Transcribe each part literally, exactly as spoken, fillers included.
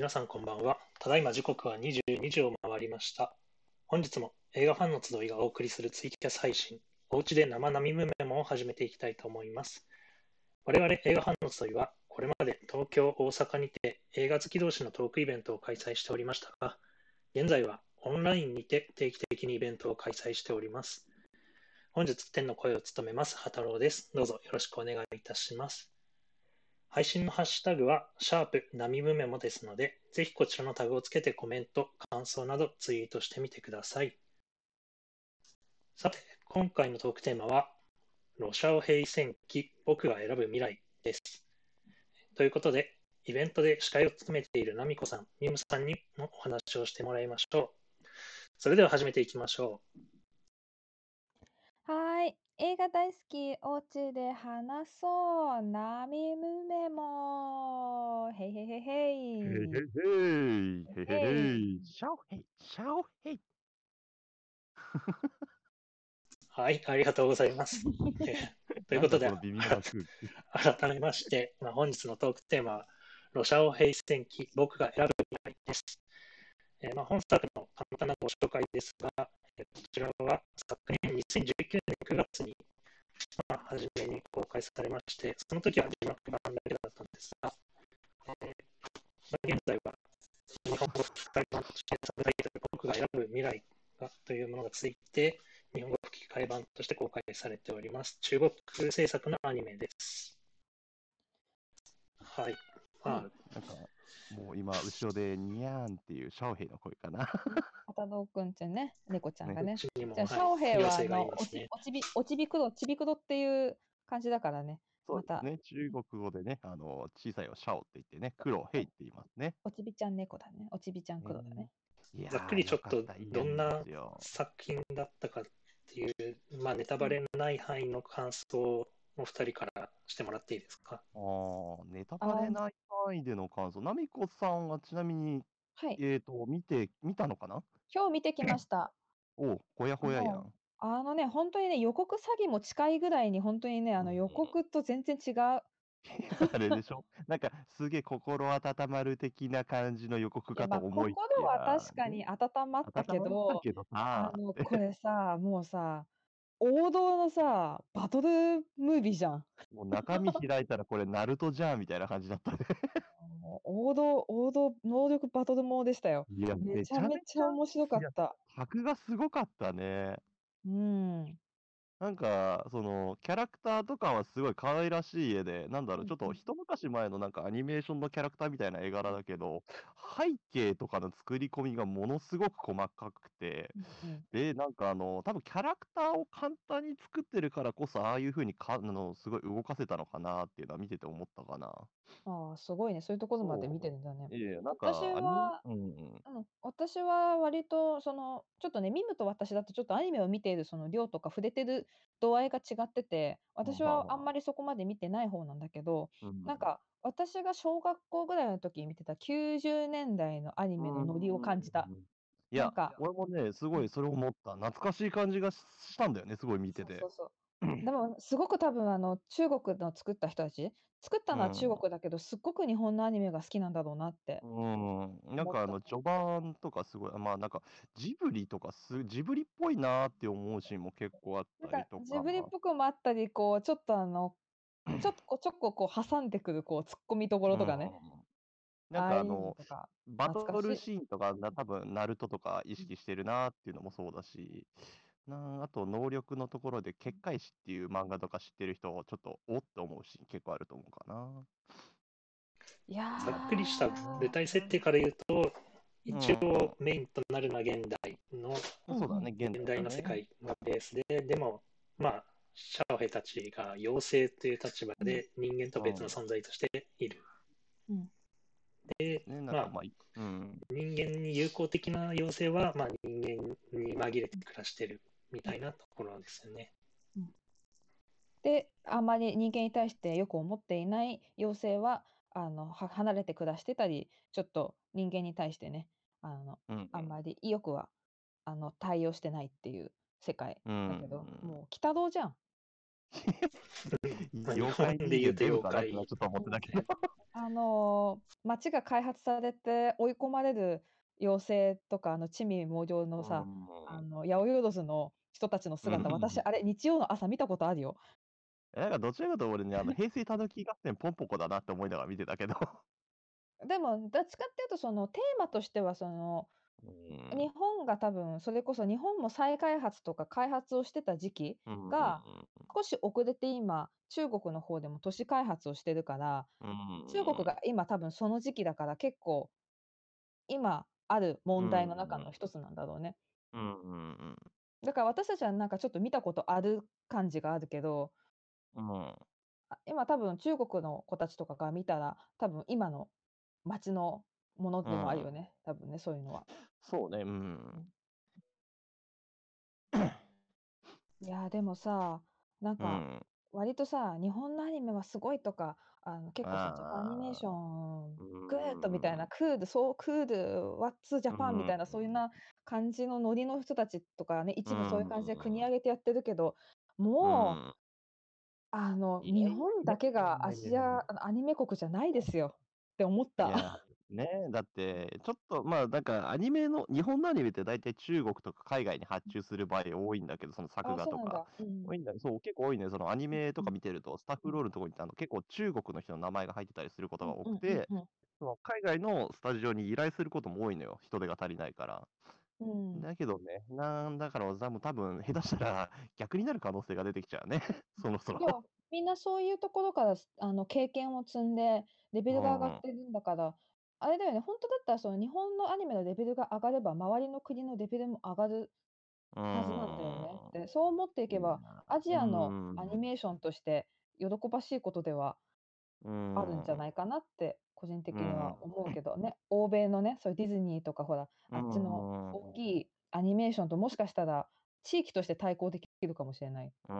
皆さんこんばんは。ただいま時刻はにじゅうにじを回りました。本日も映画ファンの集いがお送りするツイキャス配信、おうちで生並みメモを始めていきたいと思います。我々映画ファンの集いは、これまで東京、大阪にて映画好き同士のトークイベントを開催しておりましたが、現在はオンラインにて定期的にイベントを開催しております。本日天の声を務めます波太郎です。どうぞよろしくお願いいたします。配信のハッシュタグは、シャープナミムメモですので、ぜひこちらのタグをつけてコメント、感想などツイートしてみてください。さて、今回のトークテーマは、ロシアオ平戦記、僕が選ぶ未来です。ということで、イベントで司会を務めているナミコさん、ミムさんにもお話をしてもらいましょう。それでは始めていきましょはーい。映画大好き、お家で話そう。ナミムメモ。へいへいへいへへいへいい。 へい、へいへいへい。 へい、シャオヘイ、シャオヘイ。 う。はい、ありがとうございます。えというなんだことで、 この微妙な空気。 改めまして、まあ、本日のトークテーマは、ロシアオ平戦記、僕が選ぶ未来です。えーまあ、本作の簡単なご紹介ですが、えーこちらは昨年にせんじゅうきゅうねんくがつに、まあ、初めに公開されまして、その時は字幕版だけだったんですが、えーまあ、現在は日本語吹き替え版としてサブタイトル僕が選ぶ未来がというものがついて、日本語吹き替え版として公開されております。中国制作のアニメです。はい。まあ、 なんか、もう今、後ろでニャーンっていうシャオヘイの声かな。 あたどうくんちゃんね、猫ちゃんがね、 ね。 うちにも、 じゃあ、 はい、 シャオヘイは、あ妖精がいの、おち、 ますね。 おちび、おちびくど、ちびくどっていう感じだからね。また、 そうですね。中国語でね、あの、小さいをシャオって言ってね、黒ヘイお、 って言いますね。 おちびちゃん猫だね。おちびちゃんくね、 どだね。 ざっくいやー、 りちょっとよかった。いいアニメでどんなすよ。 作品だったかっていう、まあ、ネタうん。 バレのない範囲の感想をお二人からしてもらっていいですか？ あー、ネタバレあー、 ない範囲での感想。ナミコさんはちなみに、 はい。 えーと、見て、見たのかな？ 今日見てきました。 おう、ほやほややもう、 ん。 あのね、本当にね、予告詐欺も近いぐらいに、本当にね、あうん。 の予告と全然違う。 あれでしょ、なんかすげえ心温まる的な感じの予告いや、 かとま、 思いき心はや、ね、 確かに温まったけ温まったど、 けどさ、 あの、これさ、もうさ、王道のさ、バトルムービーじゃん。 もう中身開いたらこれナルトじゃんみたいな感じだったね。 もう王道王道能力バトルものでしたよ。 いや、 めめちゃちゃめちゃめちゃ、 面白かいや、 った。 作がすごかったね。 うーん。 なんか、その、キャラクターとかはすごい可愛らしい絵で、なんだろう、ちょっとうんうん。 一昔前のなんかアニメーションのキャラクターみたいな絵柄だけど、背景とかの作り込みがものすごく細かくて、 うんうん。 で、なんかあの、多分キャラクターを簡単に作ってるからこそ、ああいう風にかあの、すごい動かせたのかなっていうのは見てて思ったかな。 ああ、すごいね、そういうところまで見てそるんだね。 う。いえいえ、なん私か、アニはうんうん。 うん、私は割とその、ちょっとね、ミムと私だとちょっとアニメを見ているその量とか触れてる度合いが違ってて、 はあ私はあはあ。 はあんまりそこまで見てない方なんだけど、 うん。 なんか私が小学校ぐらいの時に見てたきゅうじゅうねんだいのアニメのうんノリを感じた。 うん。いや、 なんか俺もね、すうん。 ごいそれを思った。懐かしい感じがししたんだよね、すごい見てて。 そうそうそう。でもすごく多分あの中国の作った人たち、作ったのは中うん。 国だけど、すっごく日本のアニメが好きなんだろうなってうん、なん思った。 かあの序盤とかすごい、まあなんかジブリとかすジブリっぽいなって思うシーンも結構あっなんかたりとか。 ジブリっぽくもあったり、こうちょっとあのちょっとこうちょっここう挟んでくるこう突っ込みどころうん。 とかね、 なんああいうのかあの、 とかバトル懐かしい。 シーンとか、な多分ナルトとか意うん。 識してるなっていうのもそうだし、なあと能力のところでうん。 結界誌っていう漫画とか知ってる人、ちょっとおって思うシーン結構あると思うかな。 いざっや、 くりした舞台設定なから言うと、 う一応ん。 メインとなるのは現代の、 うんうん。 そうだね、現現代代だね。 の世界がベースで、でも、まあ、シャオヘイたちが妖精という立場うん。 で人間と別のうん。 存在としている。 うん。 で、 ね、なんまあ、 かまあ、いうん。 人間に友好的な妖精は、まあ、人間に紛れてうん。 暮らしてるみうん。 たいなところですよね。 うん。で、あんまり人間に対して良く思っていない妖精は、あの、は離れて暮らしてたり、ちょっと人間に対してね、あの、 うんうん。 あんまり意欲は、あの、対応してないっていう世界うんうだけど、 ん。 もう鬼太郎じゃん。 まあ、日妖怪人本で言うと間デブかなってのは妖怪。 ちょっと思ってたけど。 あのー街が開発されて追い込まれる妖精とか、あの、魑魅魍魎のさ、あうの、八百万の人たちのん。う姿、私、 ん。 あれ、日曜の朝見たことあるよ。 えなんかどちらかというと俺ね、あの、平成たぬき合戦ポンポコだなって思いながら見てたけど。 でも、どっちかっていうと、その、テーマとしては、その、 う日ん。 本が多分、それこそ日本も再開発とか開発をしてた時期うん。 が、少し遅れて今、中国の方でも都市開発をしてるから、中国が今多分その時期だから結構、今あるう問題の中ん。 の一つなんだろうね。 うん。うん。 だから私たちはなんかちょっと見たことある感じがあるけど、 うん。 あ、今多分中国の子たちとかが見たら、多分今の街のものでもあるうん。 よね、多分ね、そういうのは。 そうね、う。 うんん。いや、でもさ、なんか、 うん。 割とさ、日本のアニメはすごいとか、あの、結構さ、ジャパンアニメーああ。 ション、 うグッドみたいな、 ん。 クール、そうクール、ワッツジャうパンみたいな、そういうな感じのノリの人たちとかね、一部そういう感じで国ん。 挙げてやってるけど、 うもう、 ん。 あの、 いや日いや本だけがアいやいジア、 やいや。 あの、アニメ国じゃないですよって思った。 いや、ね、だって、ちょっと、まあ、なんか、アニメの、日本のアニメって大体中国とか海外に発注する場合多いんだけど、その作あ、 画とか、 そうなんだ。うん。 多いんだそう、結構多いね。そのアニメとうん。 か見てると、スタッうん。 フロールのところにあの結構中国の人の名前が入ってたりすることがうんう多くて、 んうんその海外のスタジオに依頼することも多いのよ。人手が足りないから。 うん。うん。 だけどね、なんだから、多分、多分下手したら逆になる可能性が出てきちゃうね。そろそろ。 いや、みんなそういうところから、すあの、経験を積んで、レベルが上がっうん。 てるんだから、あれだよね、ほんとだったらその日本のアニメのレベルが上がれば、周りの国のレベルも上がるうはずなんだよね。 ーん。 で、そう思っていけいや、 ば、アジうーアのアニん。 メーションとして喜ばしいことではうーあるんじゃん。 ないかなって、個人う的にはん。 思うけどね。欧米のね、そういうディズニーとかほら、 うあっちのん。 大きいアニメーションともしかしたら、地域として対抗できるかもしれない。 うん。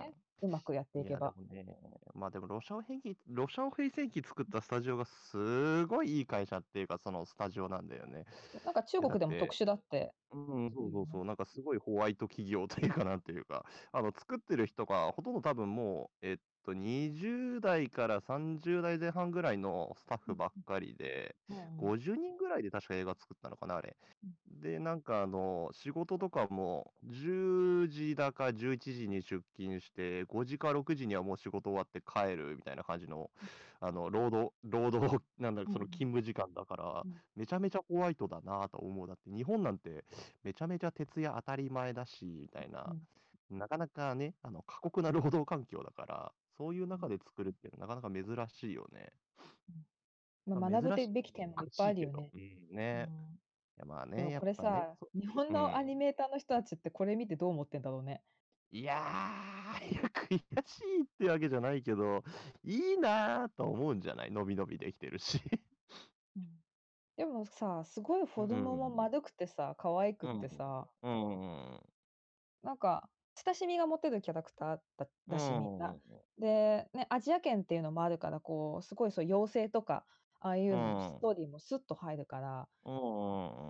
ね。うまくやっていいや、でけば。 もね、まあでも、ロシアオ兵器、ロシアオ兵戦機作ったスタジオがすごいいい会社っていうか、そのスタジオなんだよね。 なんか中で、だって、 国でも特殊だってうん、そいうよね。 うそうそう、なんかすごいホワイト企業というかなんていうか、あの、作ってる人がほとんど多分もう、えっと、にじゅう代からさんじゅう代前半ぐらいのスタッフばっかりで、 うんうん。 ごじゅうにんぐらいで確か映画作ったのかな、あれ。 うん。 で、なんかあの、仕事とかもじゅうじだかじゅういちじに出勤して、ごじかろくじにはもう仕事終わって帰るみたいな感じの、あの、労働、労働、なんだ、 うん。 その勤務時間だからうん。 めちゃめちゃホワイトだなと思う。だって日本なんてめちゃめちゃ徹夜当たり前だし、みたいな、 うん。 なかなかね、あの、過酷な労働環境だから、そういううん。 中で作るっていうのはなかなか珍しいよね。 うん。ま、 まあ、珍しい、 学ぶべき点もいっ難ぱいしいけど、 あるよね。 うん、 うね。 ん。 いや、まあね、 でもこれやっぱね、 さ、 そ日本うん。 のアニメーターの人たちってこれ見てどう思ってんだろうね。 いやー、いや、悔しいってわけじゃないけど、いいなと思うんじゃないのびのびできてるし。 うん。でもさ、すごいフうォルムもん。 丸くてさ、可愛くっうん。 てさ、 うん。 なんか親しみが持てるキャラクターだうだし、みんな。 ん。 で、ね、アジア圏っていうのもあるから、こう、すごいそう妖精とか、ああいううのスん。 トーリーもスッと入るから、 うん。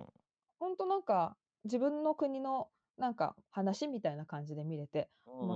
ほんとなんか、自分の国のなんか話みたいな感じで見れて面うん。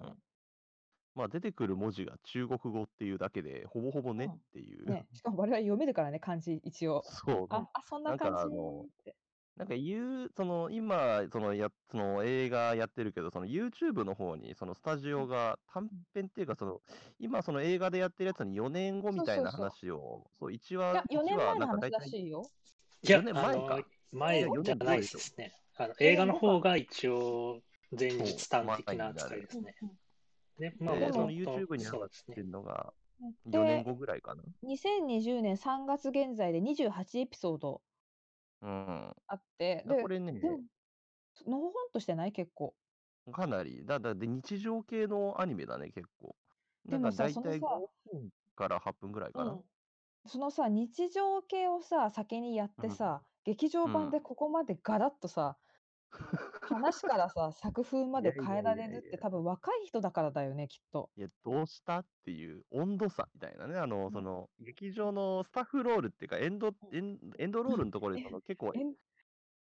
白かったね。 まあ、出てくる文字が中国語っていうだけで、ほぼほぼねっうん。 ていう。 ね、しかも我々読めるからね、漢字一応。 そう。 あ、あ、そんななん感じっかあの、 て。 なんか言う、その今、そのや、その映画やってるけど、その YouTube の方に、そのスタジうん。 オが短うん。 編っていうか、その、今その映画でやってるやつによねんごみそうたいなそうそう。 話を、そう、1 いや、 話、一 4 話、 年前の話なんか大体らしいよ。 いや、 4 あの、 年前か。いや、 4年後？ 前じゃ 4 ない年後でしょ。 ですね。あの、映画 4年の後か。 方が一応前日そう、 短的な前になる。 扱いですね。 うんうん。 で、まあ、 で、そのでも、 もともと YouTube に上がってそうですね。 るのがうん、 4年で、 後ぐらいかな。 にせんにじゅうねんさんがつ現在でにじゅうはちエピソードうん。 あって、 だこで、でも、 れね、 のほほんとしてない？結構。 かなり、だ、だ、で、日常系のアニメだね、結構。なんかでもさ、 大体そのさごふんからはっぷんぐらいかな。 うん。そのさ、日常系をさ、先にやっうん。 てさ、劇場うん。 版でここまでガラッとさ、話からさ、作風まいやで変えいやいやいや。 られるって多分若い人だからだよね、きっと。 いや、どうしたっていう温度差みたいなね。あの、そね。 の、劇場のスタッフロールっていうか、エンドうん。 エンエンドロールのところで、 え、 その、結構えん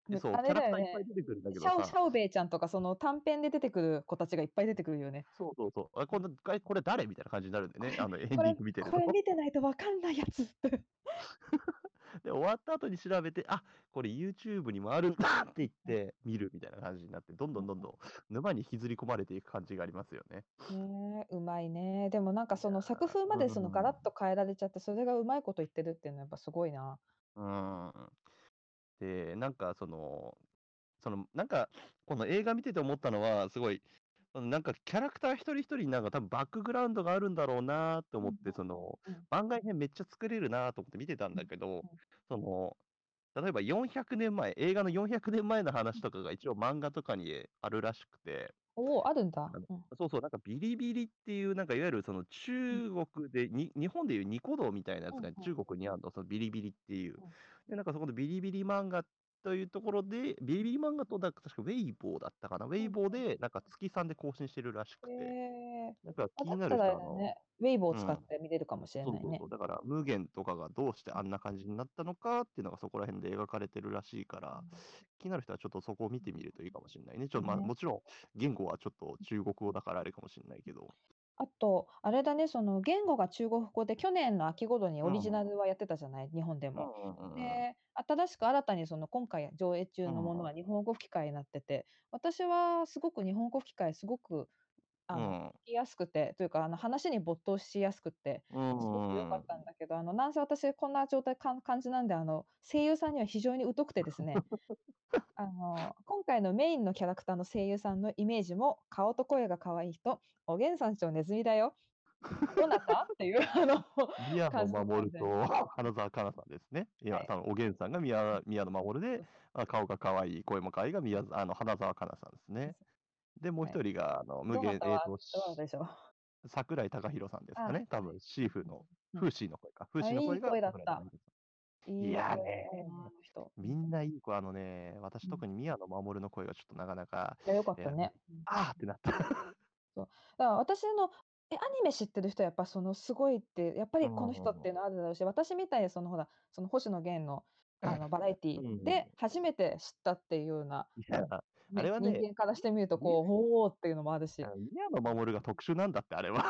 むそう、 あれだよキャラクターいっぱいね。 出てくるんだけシャオシどさ、 ャオベイちゃんとか、その短編で出てくる子たちがいっぱい出てくるよね。 そうそうそう、あ、このこれこれ誰みたいな感じになるんでね、あのエンデこれィング見てるこれと。 見てないとわかんないやつ。 で、終わった後に調べて、あ、これ YouTube にもあるんだって言って見るみたいな感じになって、どんどんどんどん沼に引きずり込まれていく感じがありますよね。 ねえ、うまいね。でもなんかいやその作風まー、 でそのガラッうん、 と変えられちゃって、それがうまいこと言ってるっていうのはやっぱすごいな。 うん。で、なんかその、その、なんか、この映画見てて思ったのは、すごい、あのなんかキャラクター一人一人になんか多分バックグラウンドがあるんだろうなってうん思って、その、 うん番外編めっちゃ作れるなと思って見てたんうんだけど、 うんその、例えばよんひゃくねんまえ、映画のよんひゃくねんまえの話とかが一応漫画とかにあるらしくて、 おお、あるんだ。 あのうんそうそう、なんかビリビリっていう、なんかいわゆるそのうん中国で、に日本でいうニコ動みたいなやつがうんうん中国にあるの、そのビリビリっていう。 うんで、なんかそこでビリビリ漫画というところで、ビリビリ漫画となんか確かウェイボーだったかな。ウェイボーで、なんか月さんで更新してるらしくて、 へえ。 なんかあ、 気になだったる人はあの、 らね、ウェイボを使っうん、 て見れるかもしれないね。 そうそうそう。だから、無限とかがどうしてあんな感じになったのかっていうのがそこら辺で描かれてるらしいから、気になる人はちょっとそこを見てみるといいかもしれないね。ちょっとまあ、 ね。 もちろん言語はちょっと中国語だからあれかもしれないけど。 あと、あれだね、その言語が中国語で、去年の秋頃にオリジうん。 ナルはやってたじゃない、日本でうんも。 うんうんうん。 で、新しく新たにその今回上映中うん。 のものは日本語吹き替えになってて、私はすごく日本語吹き替えすごくあの、聞うん。 きやすくて、というか、あの、話に没頭しやすくて、 うすごく良かっん。 たんだけど、あの、なんせ私こんな状態かん感じなんで、あの、声優さんには非常に疎くてですね、あの、今回のメインのキャラクターの声優さんのイメージも、顔と声が可愛い人、おげんさんちのネズミだよ。どなたっていう、あの、 宮野感じだったんで。 真守と花澤香菜さんですね。今、 はい。 多分おげんさんが宮宮野真守で、 そうあ、顔が可愛い、声も可愛いが宮あの花澤香菜さんですね。 そうそで、もうう。はい。 一人が、あの、無限、 どなたはえっと、 どなたしでしょう。 桜井貴宏さんですかあ、 ね。多分、シーフの、 うん。 フーシーの声か。フーあ、 シーの声がいい声だった。 桜井貴宏さん。いいいや声だったな、 ね、 あの人。うみん。 んないい子、あのね、私うん。 特に宮野真守の声がちょっとなかなか、 いや、良かっいや、 たね。うん。 ああってなった。 そう。だから私の、え、アニメ知ってる人はやっぱそのすごいって、やっぱうりこの人っていうん。 のあるだろうし、私みたいにそのほら、その星野源のあのバラエティうん。 で初めて知ったっていうような、 いや、あれね、 はね、 人間からしてみるとみこう、おおっていうのもあるし。 あの、宮野真守が特殊なんだって、あれは。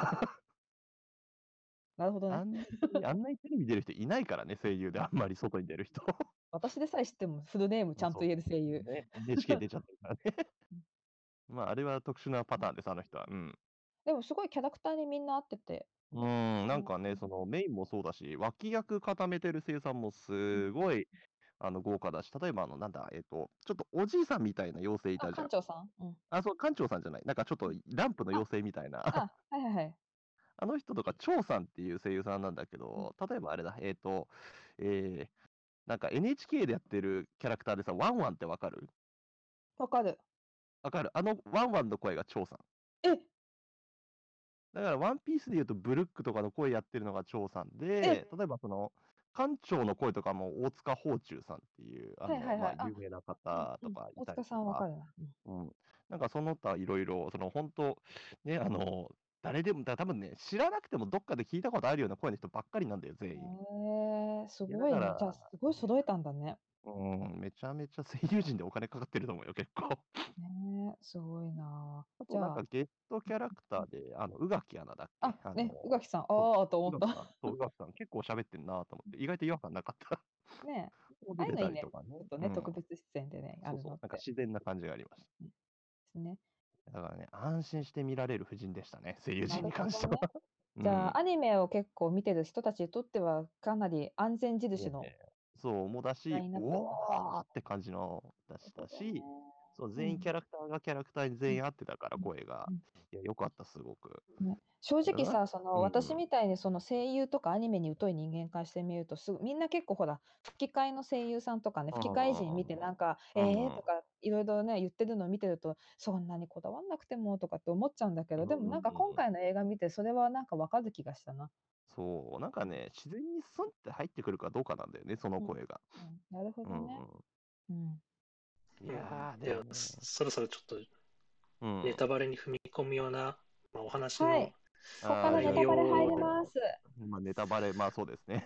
なるほどね。 あんなにあんなにテレビ出る人いないからね、声優であんまり外に出る人。 私でさえ知ってもフルネームちま、 ゃんと言える声そう。 優。 ね、エヌエイチケー 出ちゃってるからね。 うん。 まあ、あれは特殊なパうん。 ターンです、あの人は。うん。 でもすごいキャラクターにみんな合ってて、 うーん、なんかね、 うん。 そのメインもそうだし、脇役固めてる声優さんもうん。 すごい、あの、豪華だし、例えばあの、なんだ、えっと、ちょっとおじいさんみたいな妖精いあ、 たじゃん。 館長さん？うん。 あ、そう、館長さんじゃない、なんかちょっとうん。 ランプのあ、 妖精みたいな。 あ、はいはいはい。 あの人とか張さんっていう声優さんなんだけうん。 ど、例えばあれだ、えっと、ええ、なんか エヌエイチケー でやってるキャラクターでさ、ワンワンってわかる？ わかる。 わかる？あのワンワンの声が張さん。 え！ だからワンピースで言うとブルックとかの声やってるのが張さんえ！ で、例えばその、館長の声とかも大塚芳忠さんっていう、あの、まあ、 はいはいはい。あ、 有名なうんうん。 方とかい大塚さたりとか、 ん分かるな。うん。 うん。なんかその他いろいろ、その本当、ね、あの、誰でも、だ多分ね、知らなくてもどっかで聞いたことあるような声の人ばっかりなんだよ、全員。 へえ、すいや、だごいね。じゃあ、 から、 すごい揃えたんだね。 うん、めちゃめちゃ声優陣でお金かかってると思うよ、結構。 ねえ、すごいな。 あとなんかじゃあ、 ゲストキャラクタうん。 ーで、あの、宇垣アナだっけ？ あ、 あの、 ね、宇垣さん、 そう、 ああと思った。 宇垣さん、そう、宇垣さん結構喋ってんなと思って、意外と違和感なかった。 ねえ。 もう出てああいうのいいね。 たりとかね。 ちょっとね、 うん。 特別出演でね、あそうそう、なんかるのって。 自然な感じがありました。 うん。ですね。 だからね、安心して見られる布陣でしたね、声優なる陣に関しては。 ほどね。 うん。 じゃあ、アニメを結構見てる人たちにとっては、かなり安全印のもうね、そう、もうだし、 ラインナップだったんだ。 おおって感じの出しなるほどね。 たし、そう、 うん。 全員キャラクターがキャラクターにうん。 全員合ってたから、 うん。 声が。 うん。 いや、良かった、すごく。 ね、正だからなん直さ、その、 うんうん。 私みたいにその声優とかアニメに疎い人間からしてみると、すぐみんな結構ほら、吹き替えの声優さんとかね、 うん吹き替え陣見てなんか、 うんうん。 ええとか色々ね、言ってるのを見てると、そんなにこだわんなくてもとかって思っちゃうんだけど、でもうんうんうんなんか今うん。 回の映画見て、それはなんか分かる気がしたな。 そう、なんかうん。 ね、自然にスンって入ってくるかどうかなんだよね、そのうん。 声が。 うん、なるほうんどね。 うん。 うん。 いうん、 やー、ででは、 もね、 そそろそろちょっとうん。 ネタバレに踏み込むような、まあ、お話のはい。ここからああ、じゃあ、 ネタバレ入内容を、 ります。 まあ、ネタバレ、まあそうですね。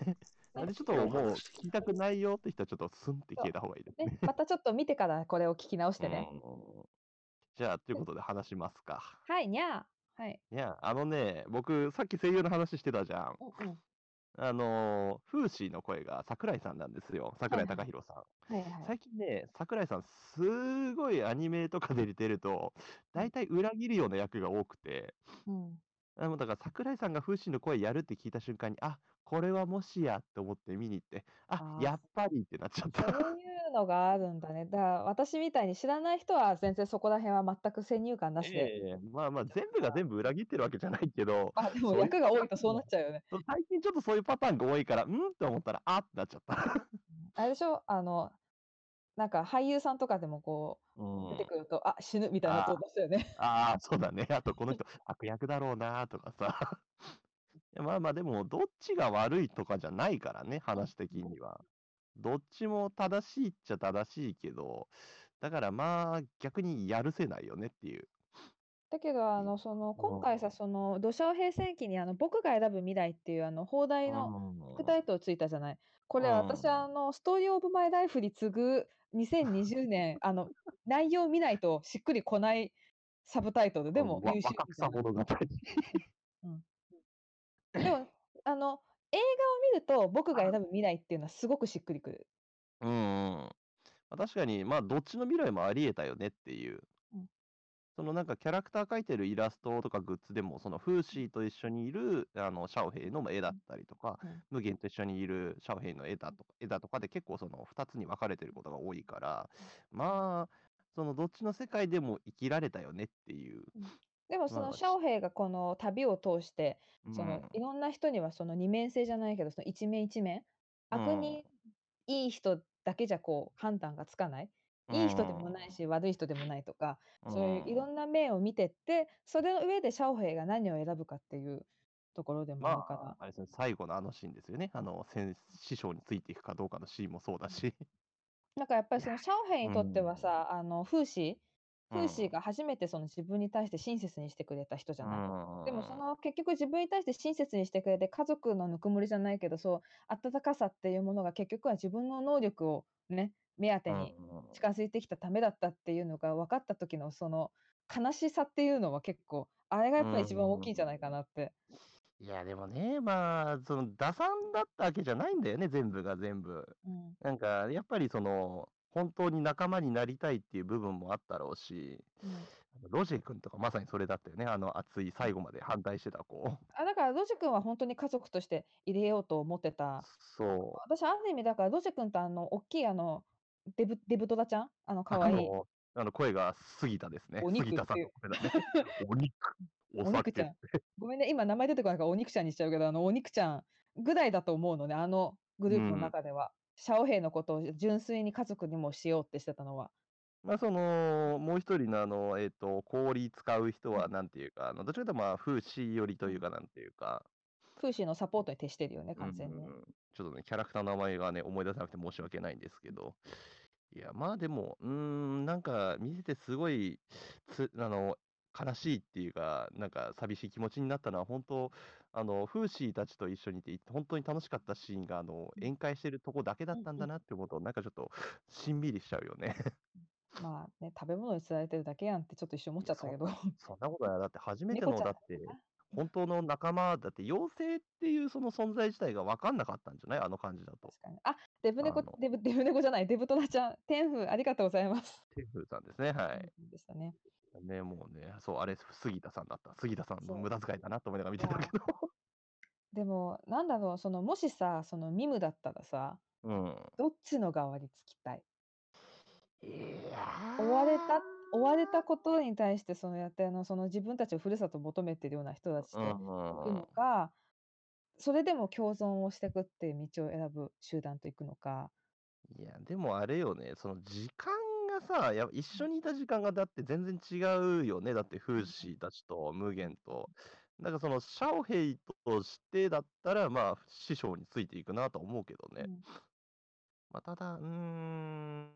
あね、 れちょっと今おもう話してきた。 聞きたくないよって人はちょっとスンってそ消えた方がいいですう。ね、 ね。 またちょっと見てからこれを聞き直しうてね。 ん。じゃあ、ということで話しますか。 はい、にゃー。はい。 いや、あのね、僕、さっき声優の話してたじゃん。 うんうん。 あのー、フーシーの声が桜井さんなんですよ。桜井はいはい。 貴弘さん。 はいはい。 最近ね、桜井さん、すごいアニメとかで出てると、 うん。 大体裏切るような役が多くて、 うん。 あの、だから桜井さんがフーシーの声やるって聞いた瞬間に、あ、これはもしやって思って見に行って、あ、 ああ、 やっぱりってなっちゃった。 そういうのがあるんだね。だから私みたいに知らない人は全然そこら辺は全く先入観なしでええまあまあ、 見てる全部がから。 全部裏切ってるわけじゃないけど、 あ、でもそういう役が多いとそうパターンが、 なっちゃうよね。 そう最近ちょっとそういうパターンが多いから、んって思ったら、あってなっちゃった。 あれでしょ、あの、なんか俳優さんとかでもこうう、出てん。 くると、あ、死ぬみたいな音あを出したよね。 あ、ああ、そうだね。あとこの人、悪役だろうなとかさ。いやまあまあ、でも、どっちが悪いとかじゃないからね、 うん。 話的には。どっちも正しいっちゃ正しいけど、だからまあ、逆にやるせないよねっていう。 だけど、あいや、 の、その、今回さ、 うん。 その、土砂平戦記に、あの、僕が選ぶ未来っていう、あの、放題うの副ん。 タイトルついたじゃない。こうれ私、あん。 の、ストーリーオブマイライフに次ぐにせんにじゅうねん、あの、内容見ないとしっくりこないサブタイトルでうんわも優秀若草みたいな。 物語。 うん。でも、あの、映画を見ると、僕が選ぶ未来っていうのはすごくしっくりくる。 うんうん。ま、確かに、まあ、どっちの未来もあり得たよねっていう。 うん。 そのなんかキャラクター描いてるイラストとかグッズでも、そのフーうん。 シーと一緒にいる、あの、シャオヘイの絵だっうん。 たりとか、 うん。 無限と一緒にいるシャオヘイの絵だとか絵だとかで結構そのふたつに分かれてることが多いから、 うん。 まあ、そのどっちの世界でも生きられたよねっていう。 うん。でもそまあ、 のシャしオヘイがこの旅を通して、そのうん。 いろんな人にはその二面性じゃないけど、その一面一面、 うん。 悪人、いい人だけじゃこう判断がつかない、 ういい人でもないん。 し、悪い人でもないとか、 うそういういろん。 んな面を見てって、それの上でシャオヘイが何を選ぶかっていうところでもあまあ、 るから。 あれですね、最後のあのシーンですよね。あの、せん師匠についていくかどうかのシーンもそうだうん。 し。 なんかやっぱいや、 りそのシャオヘイにとってうん。 はさ、あの、フーシーフーシーうん。 が初めてその自分に対して親切にしてくれた人じうゃない。でもそん。 の結局自分に対して親切にしてくれて、家族のぬくもりじゃないけど、そう温かさっていうものが結局は自分の能力をね、目当うてにん。 近づいてきたためだったっていうのが分かった時のその悲しさっていうのは結構、あれがやうっぱり一番大ん。 きいんじゃないかなって。 いや、でもね、まあ、その打算だったわけじゃないんだよね、全部が全部。 うん。 なんか、やっぱりその、本当に仲間になりたいっていう部分もあったろうし、 うん。 あのロジェ君とかまさにそれだったよね。あの熱いうん。 最後まで反対してた子。 あ、だからロジ君はほんとに家族として入れようと思ってた。 そう。 私ある意味だからロジ君とあのおっきいあのデブデブトラちゃん、あの可愛いあの、あの声が杉田ですね。 お杉田さんの肉っていう。 声だね。お肉、おお肉ちゃん。 酒って。 ごめんね、今名前出てこないからお肉ちゃんにしちゃうけど、あのお肉ちゃんぐらいだと思うのね、あのグループのうん。 中では。シャオヘイのことを純粋に家族にもしようってしてたのは。 まあ、その、もう一人のあの、えっと、氷使う人うん。 はなんていうか、あの、どちらかというとまあ、風刺寄りとうん。 いうか、なんていうか、 フーシーのサポートに徹してるよね、 うん、 完全に。 ちょっとね、キャラクターの名前がね、思い出せなくて申し訳ないんですけど、いや、まあでも、うーん、なんか見ててすごい、つあの、悲しいっていうか、なんか寂しい気持ちになったのは、本当、あの、フーシーたちと一緒にいて、本当に楽しかったシーンが、あの、 うん。 宴会してるとこだけだうんうん。 ったんだなって思うと、なんかちょっとしんみりしちゃうよね。 うん。まあね、食べ物に釣られてるだけやんってちょっと一瞬思っいや、そんちゃったけど。 そんなことない。だって初めての、 猫ちゃんだだって、 けどな。 本当の仲間だって、妖精っていうその存在自体が分かんなかったんじゃない？あの感じだと。 確かに。あ、デブ猫あの、 デブデブ猫じゃない、デブトラちゃん、天風ありがとうございます。 テフさんですね、はうん、 い。 でしたね。 ね、もうね、そう、あうん。 れ、杉田さんだった。杉田さんの無そ駄遣いだなと思いながら見う。いや、 てたけど。 でも、なんだろう、その、もしさ、そのミムだったらさ、 うん。 どっちの側につきたい？ い追われたや。 追われたことに対して、その、やって、あの、その、自分たちをふるさとを求めてるような人たちうと行くんうん。 のか、それでも共存をしてくっていう道を選ぶ集団と行くのか。 いや、でもあれよね、その時間がさ、や一うん。 緒にいた時間がだって全然違うよね。だってフうんうん。 ーシーたちと無うんうん。 限と。なんかそのシャオヘイとしてだったら、まあ、師匠についていくなと思うけどね。 うん。 ま、ただ、うーん。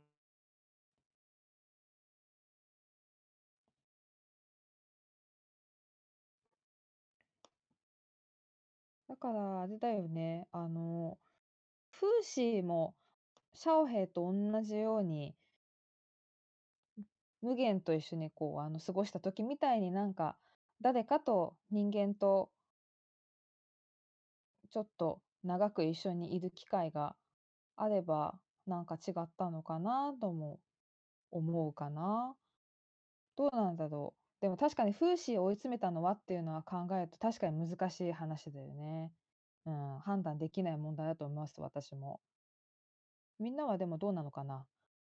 だからあれだよね、あのフーシーもシャオヘイと同じように、無限と一緒にこう、あの、過ごした時みたいになんか、誰かと人間とちょっと長く一緒にいる機会があれば、なんか違ったのかなとも思うかな。どうなんだろう。でも確かにフーシーを追い詰めたのはっていうのは考えると確かに難しい話だよね。うん、判断できない問題だと思います、私も。みんなはでもどうなのかな。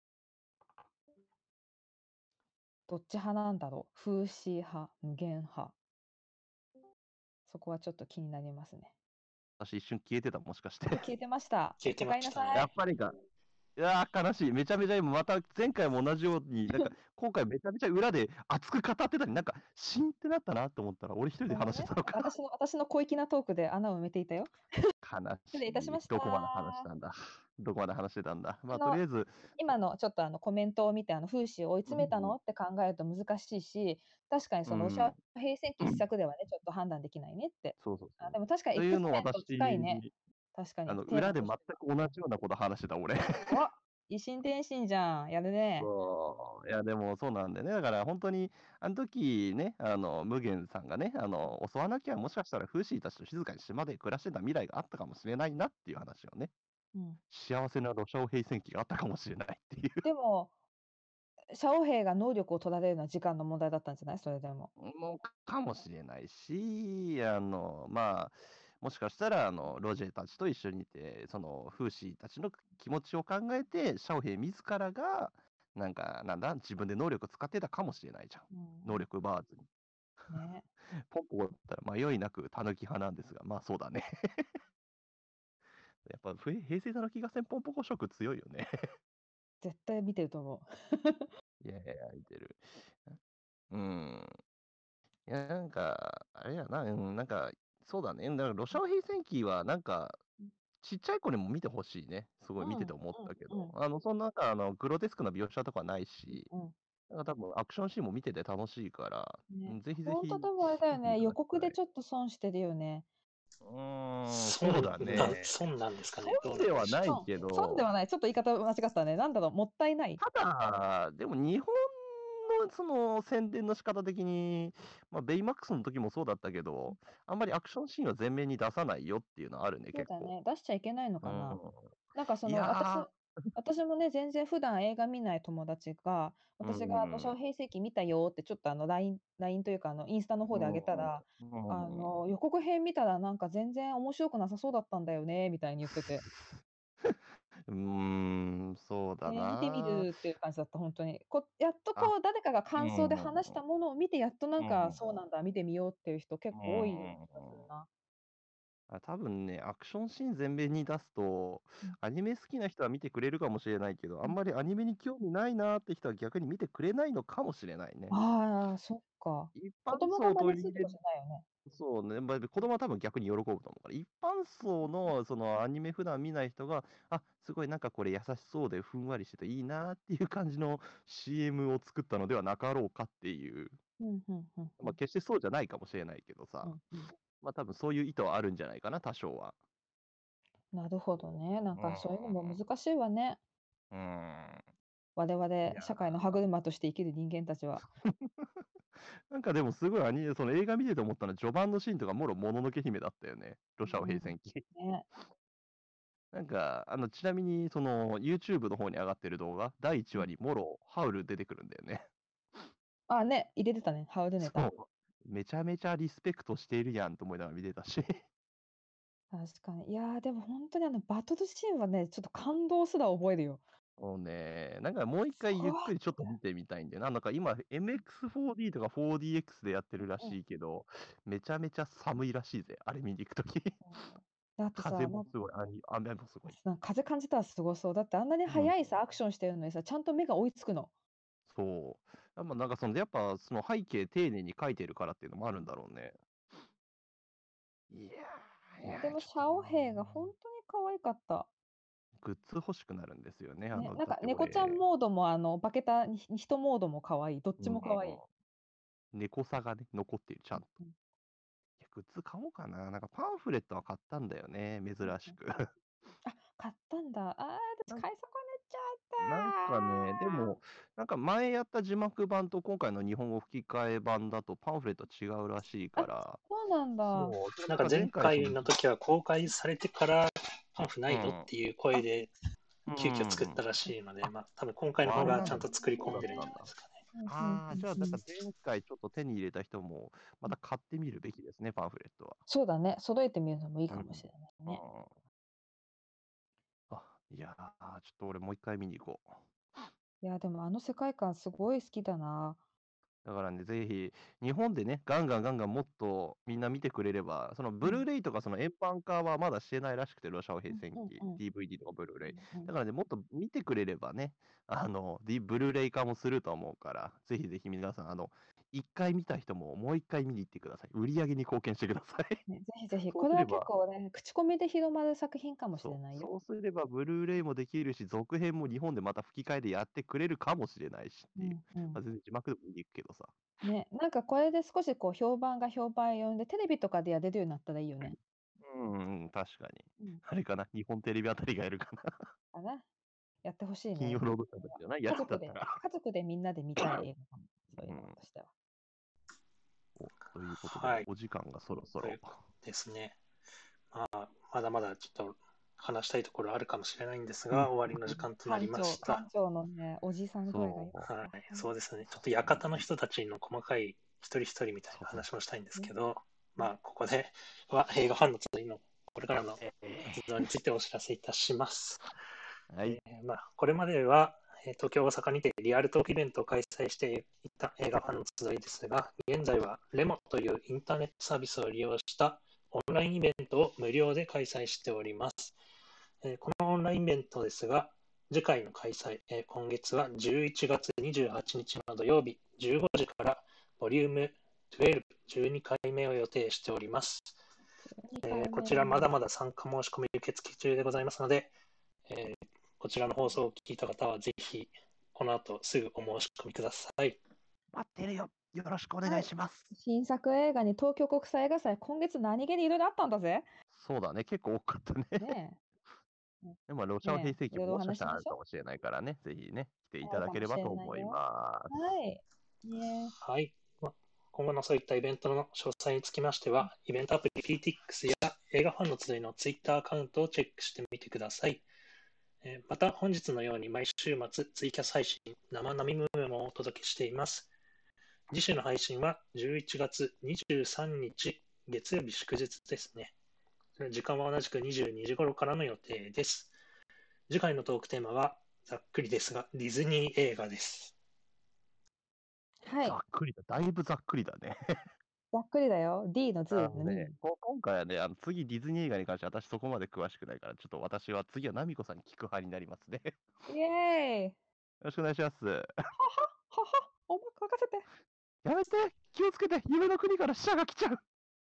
どっち派なんだろう。フーシー派、無限派。そこはちょっと気になりますね。 私一瞬消えてた、もしかして。 あ、消えてました。 消えておましたね。 かえりなさい。 やっぱりか。いやー、悲しい。めちゃめちゃ今、また前回も同じように、なんか、今回めちゃめちゃ裏で熱く語ってたのに、なんか、シーンってなったなと思ったら、俺一人でごめんね。 話してたのか。 私の私の小粋なトークで穴を埋めていたよ。 悲失礼いたししい。 ましどこまで話した。 たんだ。どこまで話してたんだ。まあ、とあの、 りあえず、 今のちょっとあのコメントを見て、あの、フーシーを追い詰めたうんのって考えると難しいし、確かにうその、シャん、 平成期一作ではね、ちょっと判断できないねって。 そうそうそあ、 う。 でも確かにというのを X メンと近いね。 私、 確かに、 あの、 テーマ裏で全としては。 く同じようなこと話してた、俺。 お、以心伝心じゃん。やるね。 そう。いや、でもそうなんだよね。だから本当に、あの時ね、あの、無限さんがね、あの、襲わなきゃもしかしたらフーシーたちと静かに島で暮らしてた未来があったかもしれないなっていう話をね、 うん。 幸せなロシアオ平戦期があったかもしれないっていう。 でも、シャオヘイが能力を取られるのは時間の問題だったんじゃない？それでも。 もうかもしれないし、あの、まあ、もしかしたら、あの、ロジェたちと一緒にいて、その、フーシーたちの気持ちを考えて、シャオヘイ自らが、なんか、なんだ、自分で能力使ってたかもしれないじゃん。能うん。 力奪わずに。 ね。 ポンポコだったら迷いなくタヌキ派なんですが、まあそうだね。やっぱふ平成たぬき合戦ポンポコ色強いよね。 絶対見てると思う。 いやいや、見てる。うん。いや、なんか、あれやな、うん、なんか、そうだね。だから、ロシアオ平戦記は、なんか、 うん。 ちっちゃい子にも見てほしいね。すごい見てて思っうん、 たけど。 うん、 あの、そんな、なんか、あの、グロテスクな描写とかないし、 うん。 なんか多分アクションシーンも見てて楽しいから、うね。 ん、ぜひぜほんとひでもあれだよね、 見ていた予だきたい。 告でちょっと損してるよね。 うーん、そう損な、 だね。 損なんですかね。どう損なんでしょではない損、 けど、 損ではない。ちょっと言い方間違ったね。なんだろう、もったいない。 ただ、でも日本のその宣伝の仕方的に、まあ、ベイマックスの時もそうだったけど、あんまりアクションシーンは前面に出さないよっていうのはあるね、結構。 そうだね、出しちゃいけないのうん。 かな。なんかそいの、私や私もね、全然普段映画見ない友達が、 ー、う私があの、シャオん。 ヘイセイ見たよってちょっとあの、ラインラインというか、あの、インスタの方で上げたら、 うあん。 の、予告編見たらなんか全然面白くなさそうだったんだよね、みたいに言ってて。 うーん、そうだえー見てみな。 るっていう感じだった、ほんとに。こやっとあ、 こう誰かがう感想で話したん。 ものを見て、やっとなうんか、 ん。 そうなんだ、見てみようっていう人結う構多いような気がするん。 な。 あ、多分ね、アクションシーン前面に出すと、 うん。 アニメ好きな人は見てくれるかもしれないけど、あうん。 んまりアニメに興味ないなーって人は逆に見てくれないのかもしれないね。 ああ、そっか。 一般子供が層を真似するとか取り入れじゃないよね。 そうね、まあ、子供は多分逆に喜ぶと思うから、一般層のそのアニメ普段見ない人が、あ、すごいなんかこれ優しそうでふんわりしてていいなーっていう感じの シーエム を作ったのではなかろうかっていう、 うん、ふんふんふまあ、 ん。 決してそうじゃないかもしれないけどさ、 うんうん。 まあ多分そういう意図はあるんじゃないかな、多少は。 なるほどね。なんうかそういうのもん。 難しいわね。 うん。 我いや 々社会の歯車として生きる人間たちは。 なんかでもすごいアニメ、その映画見てて思ったのは序盤のシーンとかもろもののけ姫だったよね。ロシアオうん。 平戦記。 ね。 なんか、あの、ちなみに、その、YouTube の方に上がってる動画、だいいちうん。 わにもろハウル出てくるんだよね。 あ、ね、入れてたね、ハウルネタ。 そう。めちゃめちゃリスペクトしているやんと思いながら見てたし。 確かに。いや、でもほんとにあのバトルシーンはね、ちょっと感動すら覚えるよ。 もうね、なんかもう一回ゆっうわくりちょっとって。 見てみたいんだよな。なんか今、エムエックスフォーディー とか フォーディーエックス でやってるらうん。 しいけど、めちゃめちゃ寒いらしいぜ、あれ見に行くとき。 そう。だってさ、 風もなんすごい、あに雨もすごい。 なん風感じたらすごそう。だってあんなにうん。 速いさ、アクションしてるのにさ、ちゃんと目が追いつくの。 そう。やっぱなんかその、やっぱその背景丁寧に描いてるからっていうのもあるんだろうね。いやー、いやいや、でー、 もちょっとね、 シャオヘイがほんとに可愛かった。 グッズ欲しくなるんですよね。あね、 の、 なんかだって猫ちゃん俺、 モードもあの、化けたに人モードも可愛い。どっちうん、 も可愛い。 猫さがね、残ってる、ちゃんと。 うんうん。 いや、グッズ買おうかな。なんかパンフレットは買ったんだよね、珍うんうん。 しく。 あ、 買ったんだ。ああ、私なん買い損ねちゃなんかね、でった。 も、なんか前やった字幕版と今回の日本語吹き替え版だとパンフレット違うらしいあ、 から、 そうなんだ。 そう、それななんんか前か前回その、 回の時は公開されてからパンフないのっうん、 ていう声でう急遽作ったん、 らしいので、 あ、 まあ多分今回の方あれなんだ、 がちゃんと作りそう込んでるんだったんだ。 じゃないですかね。 うんうんああ、じゃあ、 うんうん。 なんか前回ちょっと手に入れた人も、また買ってみるべきですね、パンフレットは。 そうだね。揃えてみるのもいいうん。 かもしれないうん。 ね。 あ、いやー、ちょっと俺もう一回見に行こう。 いや、でもあの世界観すごい好きだな。 だからね、ぜひ、日本でね、ガンガンガンガンもっとみんな見てくれれば、そのブルーレイとかその円盤化はまだしてないらしくて、ロシア語うん平戦記、 うんうんディーブイディー とかブルーレイ。 うんうんだからね、もっと見てくれればね、あの、D、ブルーレイ化もすると思うから、ぜひぜひ皆さん、あの、一回見た人ももう一回見に行ってください。売り上げに貢献してください。 ね、ぜひぜひ、 そうこれは結すれば、 構ね、口コミで広まる作品かもしれそう、 ないよ。 そうすれば、ブルーレイもできるし、続編も日本でまた吹き替えでやってくれるかもしれないしっていう。 うんうまあ、 ん。 全然字幕でも見に行くけどさ。 ね、なんかこれで少しこう評判が評判を呼んで、テレビとかでやれるようになったらいいよね。 うんうん、確かに。 うん。 あれかな、日本テレビあたりがやるかな。 かな。やってほしい金曜ね。 ロードショーの時じゃないや家族で、 るんだったら。 家族でみんなで見たい映画かも。そういうのうん。 としては。 おということで、 はい。 お時間がそろそろという。ことですね。まあ、まだまだちょっと話したいところあるかもしれないんですが、終わりの時間となり館長、 ました。 館長のね、おじさん声がよかそった。 はい、そうですね。ちょっと館の人たちの細かい一人一人みたいな話もしたいんですけど、まあ、ここでは映画ファンの集いのこれからの活動についてお知らせいたします。 う。はい。 えーまあ、これまでは、えー東京、大阪にてリアルトークイベントを開催していた映画ファンの集いですが、現在はレモというインターネットサービスを利用したオンラインイベントを無料で開催しております。えーこのオンラインイベントですが、次回の開催、えー今月はじゅういちがつにじゅうはちにちの土曜日じゅうごじからボリュームじゅうに、じゅうにかいめを予定しております。えーこちらまだまだ参加申し込み受付中でございますので、えーこちらの放送を聞いた方はぜひこの後すぐお申し込みください。 待ってるよ。よろしくお願いします。 新作映画に東京国際映画祭、今月何気にいろいろあったんだぜ。 そうだね、結構多かったね。 ねでも、ロシアン平成期いろいろおももしかしたらあ話ししましょう。 るかもしれないからね、ぜひね、来ていあるかもしただければれないよ。 と思います。 はい。ねはい。ま今後のそういったイベントの詳細につきましては、イベントアプリ ピーティックス や映画ファンの集いのツイッターアカウントをチェックしてみてください。えーまた、本日のように毎週末ツイキャス配信、生並みムーブもお届けしています。次週の配信はじゅういちがつにじゅうさんにち月曜日祝日ですね。時間は同じくにじゅうにじ頃からの予定です。次回のトークテーマはざっくりですがディズニー映画です。 はいざ。っくりだ。だいぶざっくりだね。 ざっくりだよ。D の図あのに。 のね、こ今回はね、あの次ディズニー映画に関して私そこまで詳しくないから、ちょっと私は次はナミコさんに聞く派になりますね。よイエーイ。 ろしくお願いします。 はは、はは、お任せて。 やめて気をつけて夢の国から死者が来ちゃう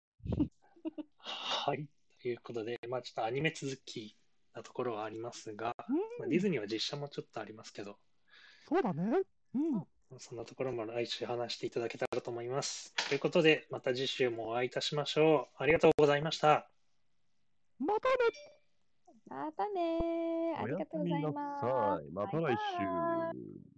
はい。ということで、まあちょっとアニメ続きなところはありますが、まあ、 うんディズニーは実写もちょっとありますけど、 そうだね。うん。 そんなところも来週話していただけたらと思います。ということで、また次週もお会いいたしましょう。ありがとうございました。 またねまたねー。ありがとうございます。 おやすみなさい。また来週。 バイバーイ。